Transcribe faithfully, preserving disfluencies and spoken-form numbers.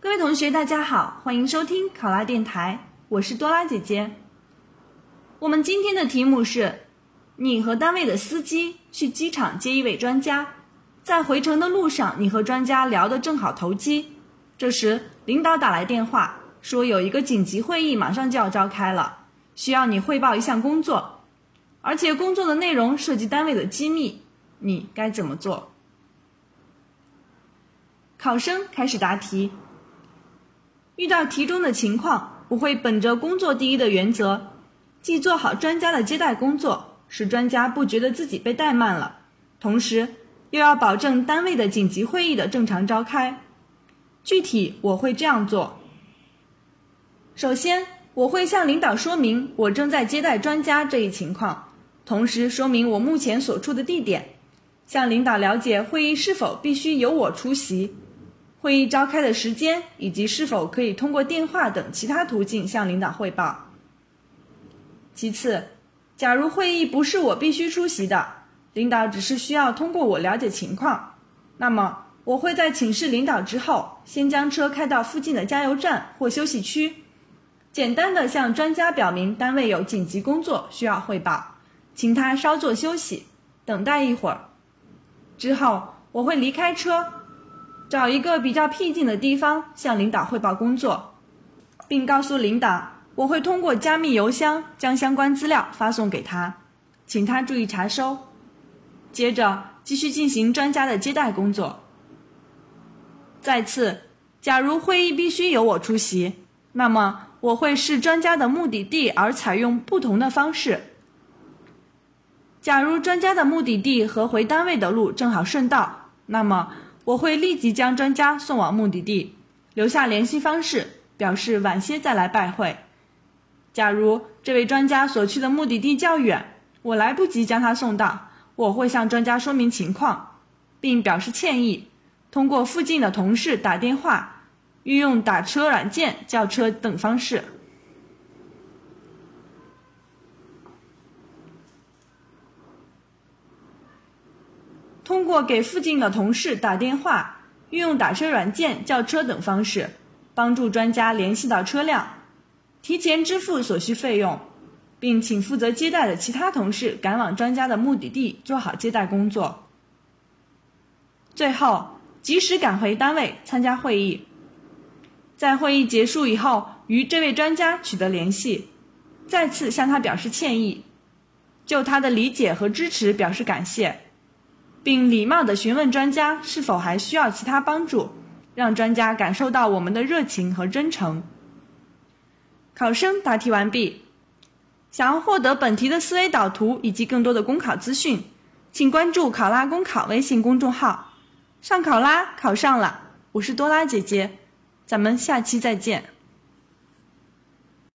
各位同学大家好，欢迎收听考拉电台，我是多拉姐姐。我们今天的题目是，你和单位的司机去机场接一位专家，在回程的路上你和专家聊得正好投机，这时领导打来电话说有一个紧急会议马上就要召开了，需要你汇报一项工作，而且工作的内容涉及单位的机密，你该怎么做？考生开始答题。遇到题中的情况，我会本着工作第一的原则，既做好专家的接待工作，使专家不觉得自己被怠慢了，同时又要保证单位的紧急会议的正常召开。具体我会这样做。首先，我会向领导说明我正在接待专家这一情况，同时说明我目前所处的地点，向领导了解会议是否必须由我出席，会议召开的时间以及是否可以通过电话等其他途径向领导汇报。其次，假如会议不是我必须出席的，领导只是需要通过我了解情况，那么我会在请示领导之后，先将车开到附近的加油站或休息区，简单的向专家表明单位有紧急工作需要汇报，请他稍作休息，等待一会儿。之后我会离开车，找一个比较僻静的地方向领导汇报工作，并告诉领导我会通过加密邮箱将相关资料发送给他，请他注意查收。接着继续进行专家的接待工作。再次，假如会议必须由我出席，那么我会视专家的目的地而采用不同的方式。假如专家的目的地和回单位的路正好顺道，那么我会立即将专家送往目的地，留下联系方式，表示晚些再来拜会。假如这位专家所去的目的地较远，我来不及将他送到，我会向专家说明情况，并表示歉意，通过附近的同事打电话，运用打车软件、叫车等方式。通过给附近的同事打电话，运用打车软件、叫车等方式，帮助专家联系到车辆，提前支付所需费用，并请负责接待的其他同事赶往专家的目的地，做好接待工作。最后，及时赶回单位参加会议。在会议结束以后，与这位专家取得联系，再次向他表示歉意，就他的理解和支持表示感谢，并礼貌地询问专家是否还需要其他帮助，让专家感受到我们的热情和真诚。考生答题完毕。想要获得本题的思维导图以及更多的公考资讯，请关注考拉公考微信公众号。上考拉，考上了，我是多拉姐姐，咱们下期再见。